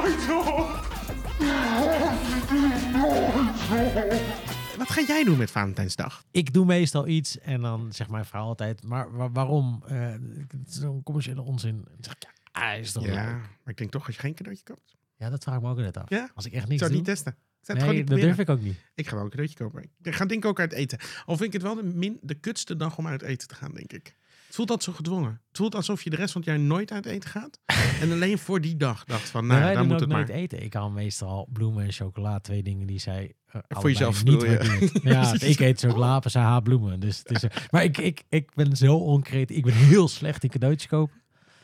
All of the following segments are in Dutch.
Wat ga jij doen met Valentijnsdag? Ik doe meestal iets en dan zegt mijn vrouw altijd, maar waarom? Zo'n commerciële onzin. Dan zeg ik, is toch leuk? Maar ik denk toch als je geen cadeautje koopt. Ja, dat vraag ik me ook net af. Ja? Als ik echt Ik niks zou het doe. niet testen. Nee, dat durf ik ook niet. Ik ga wel een cadeautje kopen. Ik ga denk ik ook uit eten. Al vind ik het wel de kutste dag om uit eten te gaan, denk ik. Het voelt altijd zo gedwongen. Het voelt alsof je de rest van het jaar nooit uit eten gaat. En alleen voor die dag dacht van, nou, dan moet het maar. Nooit eten. Ik haal meestal bloemen en chocola, 2 dingen die zij voor jezelf niet bedoel je. waarderen. Ja, ik eet chocola, maar zij haat bloemen. Dus het is, maar ik ben zo oncreatief. Ik ben heel slecht in cadeautjes kopen.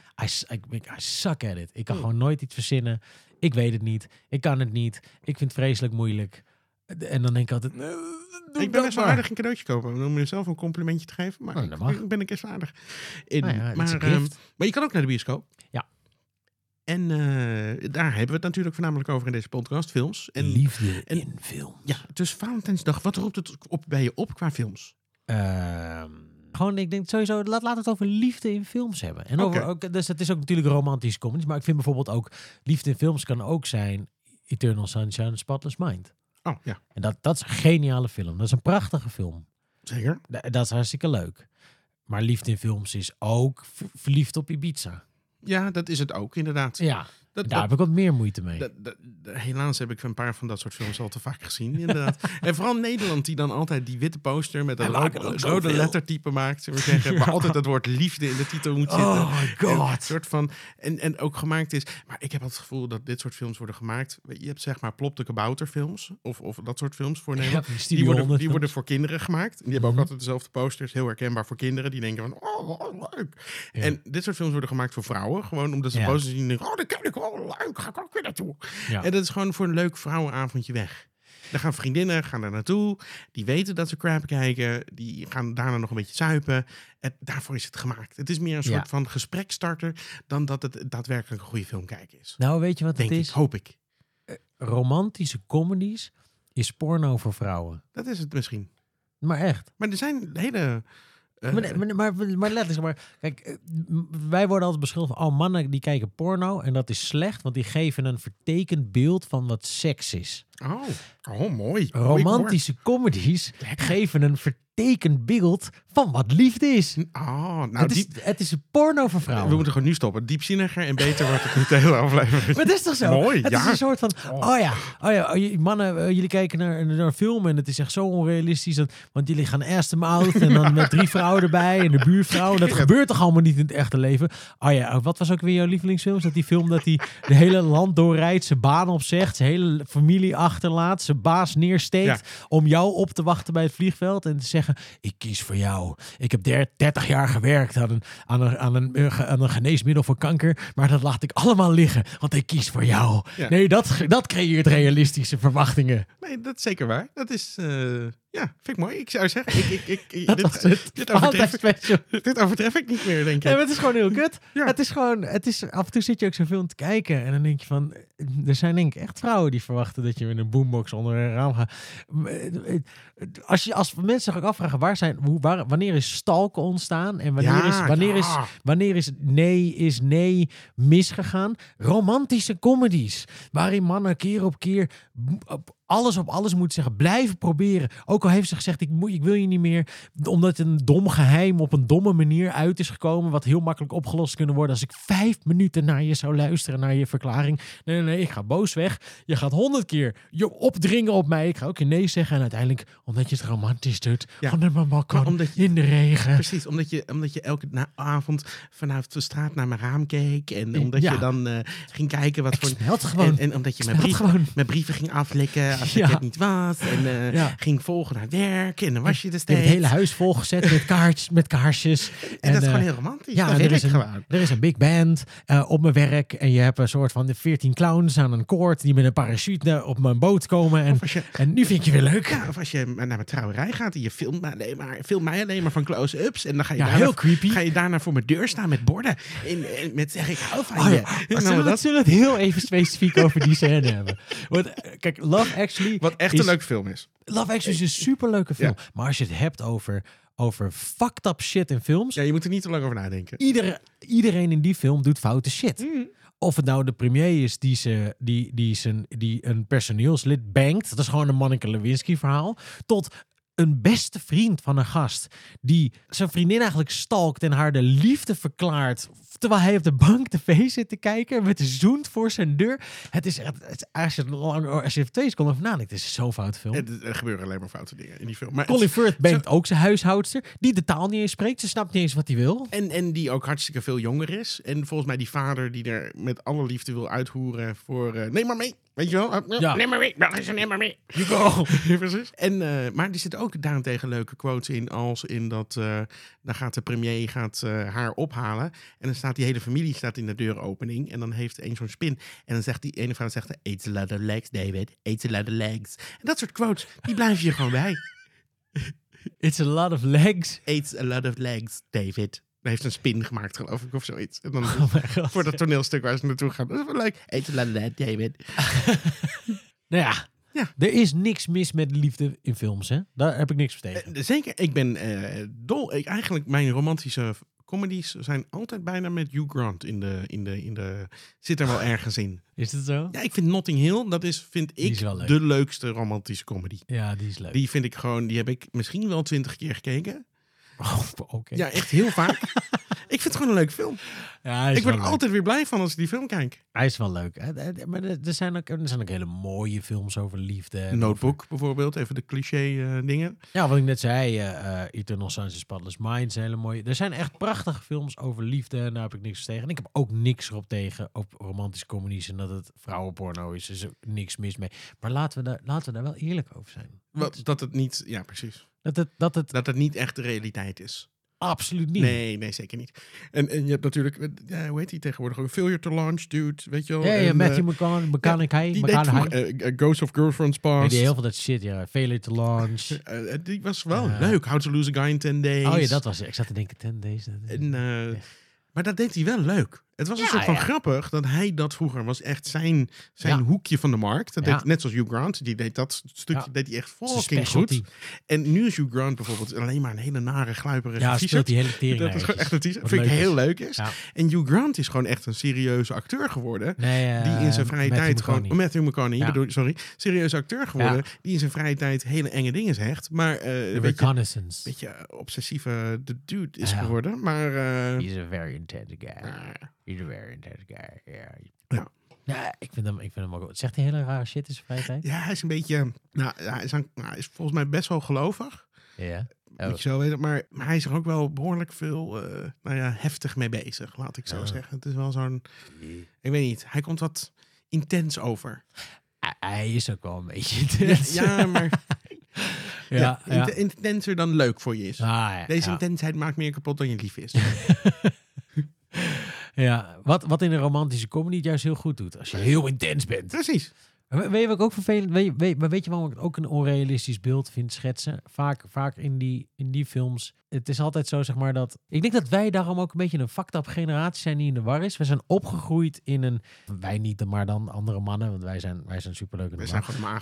I suck at it. Ik kan gewoon nooit iets verzinnen. Ik weet het niet. Ik kan het niet. Ik vind het vreselijk moeilijk. En dan denk ik altijd... Ik ben best wel aardig in cadeautje kopen. Om mezelf een complimentje te geven. Maar mag. ben ik best wel aardig in. Maar je kan ook naar de bioscoop. Ja. En daar hebben we het natuurlijk voornamelijk over in deze podcast. Films. En, Liefde in films. Ja, dus Valentijnsdag. Wat roept het op bij je op qua films? Gewoon, ik denk sowieso, laat het over liefde in films hebben. En dus het is ook natuurlijk romantische comedies. Maar ik vind bijvoorbeeld ook, liefde in films kan ook zijn Eternal Sunshine, Spotless Mind. Oh, ja. En dat is een geniale film. Dat is een prachtige film. Zeker. Dat is hartstikke leuk. Maar liefde in films is ook verliefd op Ibiza. Ja, dat is het ook, inderdaad. Ja, daar heb ik wat meer moeite mee. Helaas heb ik een paar van dat soort films al te vaak gezien, inderdaad. En vooral Nederland, die dan altijd die witte poster met een rode lettertype maakt. Zullen we zeggen, waar altijd het woord liefde in de titel moet zitten. Oh my god. Soort van, en ook gemaakt is. Maar ik heb het gevoel dat dit soort films worden gemaakt. Je hebt zeg maar Plop de kabouterfilms. Of dat soort films voor Nederland. Ja, die worden voor kinderen gemaakt. Die hebben ook altijd dezelfde posters. Heel herkenbaar voor kinderen. Die denken van, wat leuk. Ja. En dit soort films worden gemaakt voor vrouwen. Gewoon omdat ze posters zien. Denken, dat ken ik wel leuk. Ga ik ook weer naartoe. Ja. En dat is gewoon voor een leuk vrouwenavondje weg. Dan gaan vriendinnen daar naartoe. Die weten dat ze crap kijken. Die gaan daarna nog een beetje zuipen. En daarvoor is het gemaakt. Het is meer een soort van gesprekstarter dan dat het daadwerkelijk een goede film kijken is. Nou, weet je wat het is? Hoop ik. Romantische comedies is porno voor vrouwen. Dat is het misschien. Maar echt. Maar er zijn hele... Maar letterlijk, maar kijk, wij worden altijd beschuldigd van, mannen die kijken porno en dat is slecht, want die geven een vertekend beeld van wat seks is. Oh, mooi. Romantische comedies geven een vertekend beeld van wat liefde is. Het is een porno voor vrouwen. We moeten gewoon nu stoppen. Diepzinniger en beter wordt het met de hele aflevering. Maar dat is toch zo? Mooi, het is een soort van, mannen, jullie kijken naar een film en het is echt zo onrealistisch. Want jullie gaan Aston Mouth en dan met 3 vrouwen erbij en de buurvrouw. En dat gebeurt toch allemaal niet in het echte leven? Wat was ook weer jouw lievelingsfilm? Dat die film dat hij de hele land doorrijdt, zijn baan opzegt, zijn hele familie achterlaat, zijn baas neersteekt om jou op te wachten bij het vliegveld en te zeggen, ik kies voor jou. Ik heb 30 jaar gewerkt aan een geneesmiddel voor kanker, maar dat laat ik allemaal liggen, want ik kies voor jou. Ja. Nee, dat creëert realistische verwachtingen. Nee, dat is zeker waar. Dat is... vind ik mooi. Ik zou zeggen, dit overtref ik niet meer, denk ik. Nee, maar het is gewoon heel kut. Ja. Af en toe zit je ook zo'n film te kijken en dan denk je van, er zijn denk ik echt vrouwen die verwachten dat je met een boombox onder een raam gaat. Als mensen zich ook afvragen, wanneer is stalken ontstaan en wanneer is nee misgegaan? Romantische comedies, waarin mannen keer op keer alles op alles moet zeggen, blijven proberen. Ook al heeft ze gezegd, ik wil je niet meer, omdat een dom geheim op een domme manier uit is gekomen, wat heel makkelijk opgelost kunnen worden als ik 5 minuten naar je zou luisteren, naar je verklaring. Nee, ik ga boos weg. Je gaat 100 keer je opdringen op mij. Ik ga ook je nee zeggen en uiteindelijk, omdat je het romantisch doet, onder mijn balkon, in de regen. Precies, omdat je elke avond vanuit de straat naar mijn raam keek en omdat je dan ging kijken wat voor... En omdat je mijn brieven ging aflikken als ik het niet was. En ging volgen naar werk. En dan was je er steeds. Het hele huis volgezet met kaarsjes. En dat is gewoon heel romantisch. Ja, er is een big band op mijn werk. En je hebt een soort van de 14 clowns aan een koord die met een parachute op mijn boot komen. En nu vind je weer leuk. Ja, of als je naar mijn trouwerij gaat en je filmt mij alleen maar van close-ups. En dan ga je heel creepy. Ga je daarna voor mijn deur staan met borden. Met zeg ik hou van je. Zullen we het heel even specifiek over die scène hebben? Want kijk, Love Actually... Wat echt een leuke film is. Love Actually is een superleuke film. Ja. Maar als je het hebt over over fucked up shit in films. Ja, je moet er niet te lang over nadenken. Iedereen in die film doet foute shit. Of het nou de premier is die een personeelslid bankt. Dat is gewoon een Monica Lewinsky verhaal. Tot een beste vriend van een gast die zijn vriendin eigenlijk stalkt en haar de liefde verklaart terwijl hij op de bank tv zit te kijken met de zoent voor zijn deur. Het is echt, als je er 2 seconden over nadenkt, het is zo'n fout film. Er gebeuren alleen maar foute dingen in die film. Maar Colin Firth bankt ook zijn huishoudster, die de taal niet eens spreekt. Ze snapt niet eens wat hij wil. En die ook hartstikke veel jonger is. En volgens mij die vader die er met alle liefde wil uithoeren voor... neem maar mee. Weet je wel? Ja. Neem maar mee. Neem maar mee. You go. Precies. Maar er zitten ook daarentegen leuke quotes in. Als in dat... dan gaat de premier haar ophalen. En dan staat die hele familie in de deuropening. En dan heeft een zo'n spin. En dan zegt die ene vrouw... It's a lot of legs, David. It's a lot of legs. En dat soort quotes, die blijven je gewoon bij. It's a lot of legs. It's a lot of legs, David. Hij heeft een spin gemaakt, geloof ik, of zoiets. En dan voor dat toneelstuk waar ze naartoe gaan. Dat is wel leuk. It's a lot of legs, David. Nou ja. Er is niks mis met liefde in films, hè? Daar heb ik niks voor tegen. Zeker. Ik ben dol. Eigenlijk, mijn romantische comedies zijn altijd bijna met Hugh Grant in de zit er wel ergens in. Is het zo? Ja, ik vind Notting Hill, vind ik de leukste romantische comedy. Ja, die is leuk. Die vind ik gewoon, die heb ik misschien wel 20 keer gekeken. Oh, okay. Ja, echt heel vaak. Ik vind het gewoon een leuke film. Ja, ik word er altijd weer blij van als ik die film kijk. Hij is wel leuk. Maar er zijn ook hele mooie films over liefde. Notebook bijvoorbeeld, even de cliché dingen. Ja, wat ik net zei, Eternal Sunshine Spotless Mind zijn hele mooie. Er zijn echt prachtige films over liefde en daar heb ik niks voor tegen. En ik heb ook niks erop tegen op romantische comedies en dat het vrouwenporno is. Er is niks mis mee. Maar laten we daar wel eerlijk over zijn. Dat het niet, ja precies. Dat het niet echt de realiteit is. Absoluut niet. Nee, zeker niet. En je hebt natuurlijk, hoe heet die tegenwoordig ook? Failure to Launch, dude, weet je wel? Ja, Matthew McConaughey. Ghost of Girlfriend's Past. Die heel veel dat shit, ja. Failure to Launch. Die was wel leuk. How to Lose a Guy in 10 Days. Oh ja, dat was het. Ik zat te denken 10 Days. Maar dat deed hij wel leuk. Het was een soort van grappig dat hij dat vroeger was echt zijn hoekje van de markt. Dat deed, net zoals Hugh Grant, die deed dat stukje deed hij echt fucking goed. En nu is Hugh Grant bijvoorbeeld alleen maar een hele nare, gluiperige t-shirt. Die hele tering. Dat is gewoon echt een t-shirt. Vind ik heel leuk is. Ja. En Hugh Grant is gewoon echt een serieuze acteur geworden. Die in zijn vrije tijd gewoon... Matthew McConaughey, serieuze acteur geworden. Die in zijn vrije tijd hele enge dingen zegt. Maar een beetje obsessieve dude is geworden. Maar... He's a very intense guy. He's a very intense guy. Yeah. Ja, ik vind hem ook... Zegt hij hele rare shit in zijn vrije tijd? Ja, hij is een beetje... hij is volgens mij best wel gelovig. Ja. Moet je zo weten. Maar hij is er ook wel behoorlijk veel heftig mee bezig, laat ik zo zeggen. Het is wel zo'n... Ik weet niet. Hij komt wat intens over. Hij is ook wel een beetje intens. Ja, maar... intenser dan leuk voor je is. Deze intensheid maakt meer kapot dan je lief is. Ja, wat in een romantische comedy juist heel goed doet. Als je heel intens bent. Precies. Weet je wat ik ook vervelend... Weet je waarom ik het ook een onrealistisch beeld vind schetsen? Vaak in die films... Het is altijd zo, zeg maar, dat... Ik denk dat wij daarom ook een beetje een fucked up generatie zijn die in de war is. We zijn opgegroeid in een... Wij niet, maar dan andere mannen. Want wij zijn superleuk. We zijn gewoon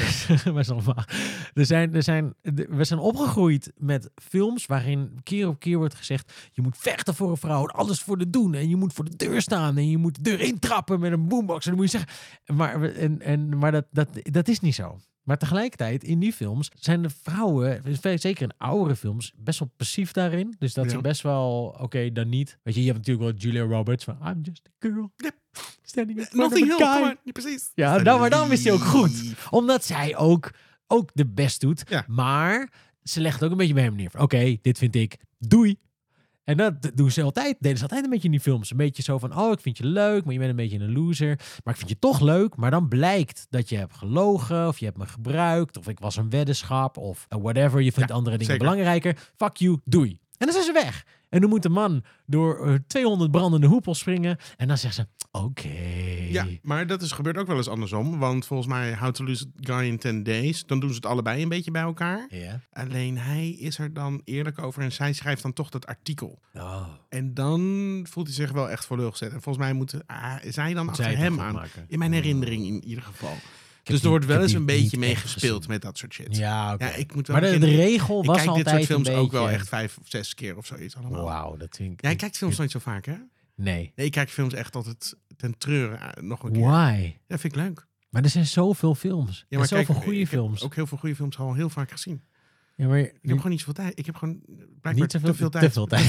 we zijn opgegroeid met films waarin keer op keer wordt gezegd... Je moet vechten voor een vrouw, alles voor de doen. En je moet voor de deur staan. En je moet de deur intrappen met een boombox. En dan moet je zeggen... Maar dat is niet zo. Maar tegelijkertijd, in die films zijn de vrouwen, zeker in oudere films, best wel passief daarin. Dus dat ze best wel, oké, dan niet. Weet je, je hebt natuurlijk wel Julia Roberts van I'm just a girl. Yep. Standing in Notting Hill, come on. Precies. Ja, maar dan is hij ook goed. Omdat zij ook de best doet. Ja. Maar ze legt ook een beetje bij hem neer. Oké, dit vind ik. Doei. En dat deden ze altijd een beetje in die films. Een beetje zo van, ik vind je leuk, maar je bent een beetje een loser. Maar ik vind je toch leuk. Maar dan blijkt dat je hebt gelogen, of je hebt me gebruikt, of ik was een weddenschap, of whatever. Je vindt andere dingen belangrijker. Fuck you, doei. En dan zijn ze weg. En dan moet de man door 200 brandende hoepels springen. En dan zegt ze, oké. Ja, maar dat gebeurt ook wel eens andersom. Want volgens mij, How to Lose a Guy in 10 Days... dan doen ze het allebei een beetje bij elkaar. Ja. Alleen hij is er dan eerlijk over en zij schrijft dan toch dat artikel. Oh. En dan voelt hij zich wel echt voor lul gezet. En volgens mij moet zij dan achter hem aan. In mijn herinnering in ieder geval. Dus er wordt wel eens een beetje meegespeeld met dat soort shit. Ja, oké. Ja, ik moet wel maar de regel was altijd ik kijk dit soort films een ook wel beetje... echt 5 of 6 keer of zoiets allemaal. Wauw, dat vind ik... Jij kijkt films nooit zo vaak, hè? Nee. Nee, ik kijk films echt altijd ten treuren nog een keer. Why? Ja, vind ik leuk. Maar er zijn zoveel films. Ja, maar zoveel goede films. Ik heb ook heel veel goede films al heel vaak gezien. Ja, maar ik heb gewoon niet zoveel tijd. Ik heb gewoon blijkbaar niet te veel tijd. Te veel tijd.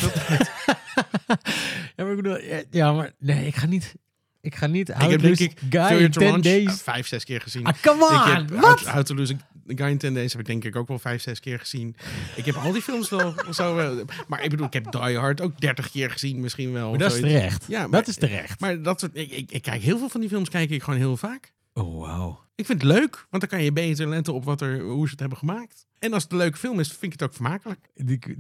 Ja, maar ik bedoel... Ja, maar nee, ik ga niet... Ik heb denk ik Guy in 10 Days 5, 6 keer gezien. Come on! Wat? How to Lose a Guy in 10 Days heb ik denk ik ook wel 5, 6 keer gezien. Ik heb al die films wel zo... maar ik bedoel, ik heb Die Hard ook 30 keer gezien misschien wel. Maar dat is terecht. Ja, maar, dat is terecht. Maar dat soort... Ik kijk heel veel van die films kijk ik gewoon heel vaak. Oh, wow. Ik vind het leuk, want dan kan je beter letten op hoe ze het hebben gemaakt. En als het een leuke film is, vind ik het ook vermakelijk.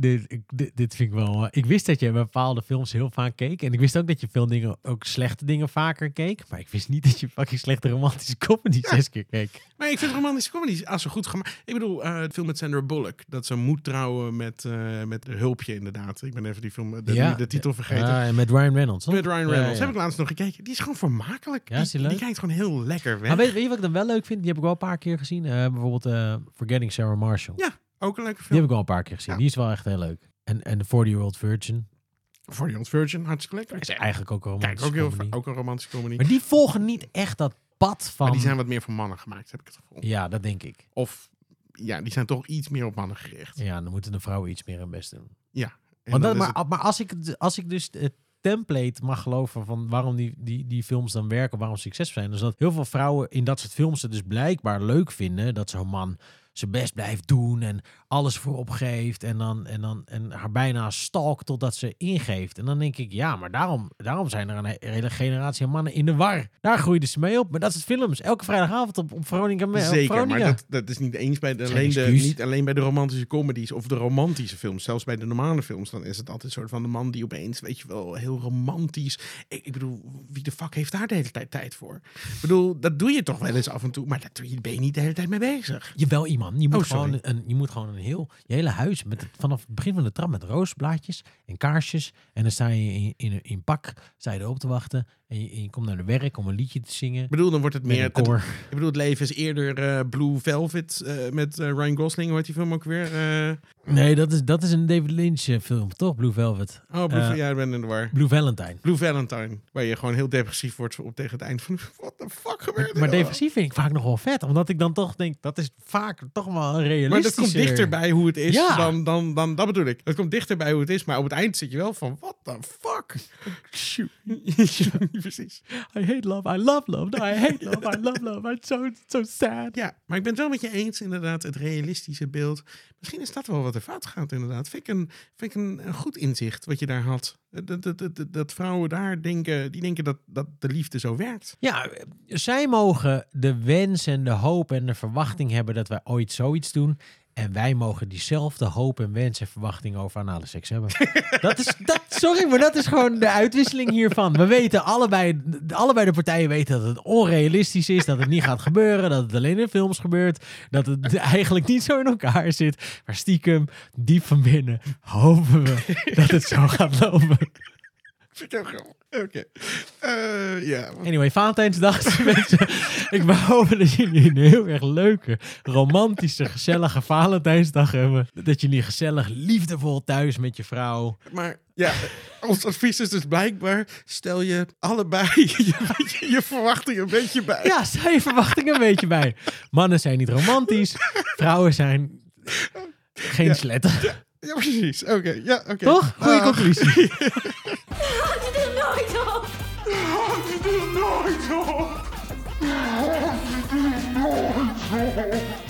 Dit vind ik wel... Ik wist dat je bepaalde films heel vaak keek. En ik wist ook dat je veel dingen, ook slechte dingen vaker keek. Maar ik wist niet dat je fucking slechte romantische comedy 6 keer keek. Maar ik vind romantische comedies als ze goed gemaakt... Ik bedoel, het film met Sandra Bullock. Dat ze moet trouwen met de hulpje inderdaad. Ik ben even die film, de titel vergeten. Met Ryan Reynolds. Met Ryan Reynolds. Heb ik laatst nog gekeken. Die is gewoon vermakelijk. Ja, die kijkt gewoon heel lekker weg. Maar weet je wat ik dan wel leuk vind? Die heb ik wel een paar keer gezien. Bijvoorbeeld Forgetting Sarah Marshall. Ja, ook een leuke film. Die heb ik al een paar keer gezien. Ja. Die is wel echt heel leuk. En The 40-Year-Old Virgin. 40-Year-Old Virgin, hartstikke lekker. Is eigenlijk ook een romantische comedy. Ook een romantische comedy. Maar die volgen niet echt dat pad van... Maar die zijn wat meer voor mannen gemaakt, heb ik het gevoel. Ja, dat denk ik. Of, ja, die zijn toch iets meer op mannen gericht. Ja, dan moeten de vrouwen iets meer hun best doen. Ja. Maar als ik dus... Het template mag geloven van waarom die films dan werken, waarom succesvol zijn. Dus dat heel veel vrouwen in dat soort films het dus blijkbaar leuk vinden dat zo'n man zijn best blijft doen en alles voorop geeft en haar bijna stalkt totdat ze ingeeft. En dan denk ik, ja, maar daarom zijn er een hele generatie aan mannen in de war. Daar groeiden ze mee op. Maar dat is het films. Elke vrijdagavond op Veronica. Zeker, maar dat is niet eens bij niet alleen bij de romantische comedies of de romantische films. Zelfs bij de normale films, dan is het altijd een soort van de man die opeens, weet je wel, heel romantisch. Ik bedoel, wie de fuck heeft daar de hele tijd voor? Ik bedoel, dat doe je toch wel eens af en toe, maar daar ben je niet de hele tijd mee bezig. Jawel, iemand. Je moet gewoon je hele huis vanaf het begin van de trap met roosblaadjes en kaarsjes. En dan sta je in pak, sta je erop te wachten. En je komt naar de werk om een liedje te zingen. Ik bedoel, dan wordt het meer... Ik bedoel, het leven is eerder Blue Velvet met Ryan Gosling. Hoe heet die film ook weer? Nee, dat is een David Lynch film, toch? Blue Velvet. Oh, ik ben in de war. Blue Valentine. Blue Valentine. Waar je gewoon heel depressief wordt tegen het eind van... What the fuck gebeurt er? Maar depressief vind ik vaak nog wel vet. Omdat ik dan toch denk, dat is vaak toch wel een realistischer... Maar dat komt dichter bij hoe het is dan dat bedoel ik. Het komt dichter bij hoe het is. Maar op het eind zit je wel van, what the fuck? Shoot. Precies. I hate love, I love love. No, I hate love, I love love. It's so sad. Ja, maar ik ben het wel met je eens, inderdaad, het realistische beeld. Misschien is dat wel wat er fout gaat, inderdaad. Vind ik een goed inzicht wat je daar had. Dat vrouwen daar denken dat de liefde zo werkt. Ja, zij mogen de wens en de hoop en de verwachting hebben dat wij ooit zoiets doen. En wij mogen diezelfde hoop en wens en verwachting over anale seks hebben. Sorry, maar dat is gewoon de uitwisseling hiervan. We weten allebei de partijen weten dat het onrealistisch is, dat het niet gaat gebeuren, dat het alleen in films gebeurt, dat het eigenlijk niet zo in elkaar zit. Maar stiekem, diep van binnen, hopen we dat het zo gaat lopen. Vind ik ook grappig. Oké. Ja. Anyway, Valentijnsdag. Mensen, ik hoop dat jullie een heel erg leuke, romantische, gezellige Valentijnsdag hebben. Dat jullie gezellig, liefdevol thuis met je vrouw. Maar ja, ons advies is dus blijkbaar, stel je allebei je verwachtingen een beetje bij. Ja, stel je verwachtingen een beetje bij. Mannen zijn niet romantisch, vrouwen zijn geen sletten. Ja, precies. Oké. Ja, oké. Toch? Goeie conclusie. Houd je er nooit op! Houd je er nooit op! Houd je er nooit op!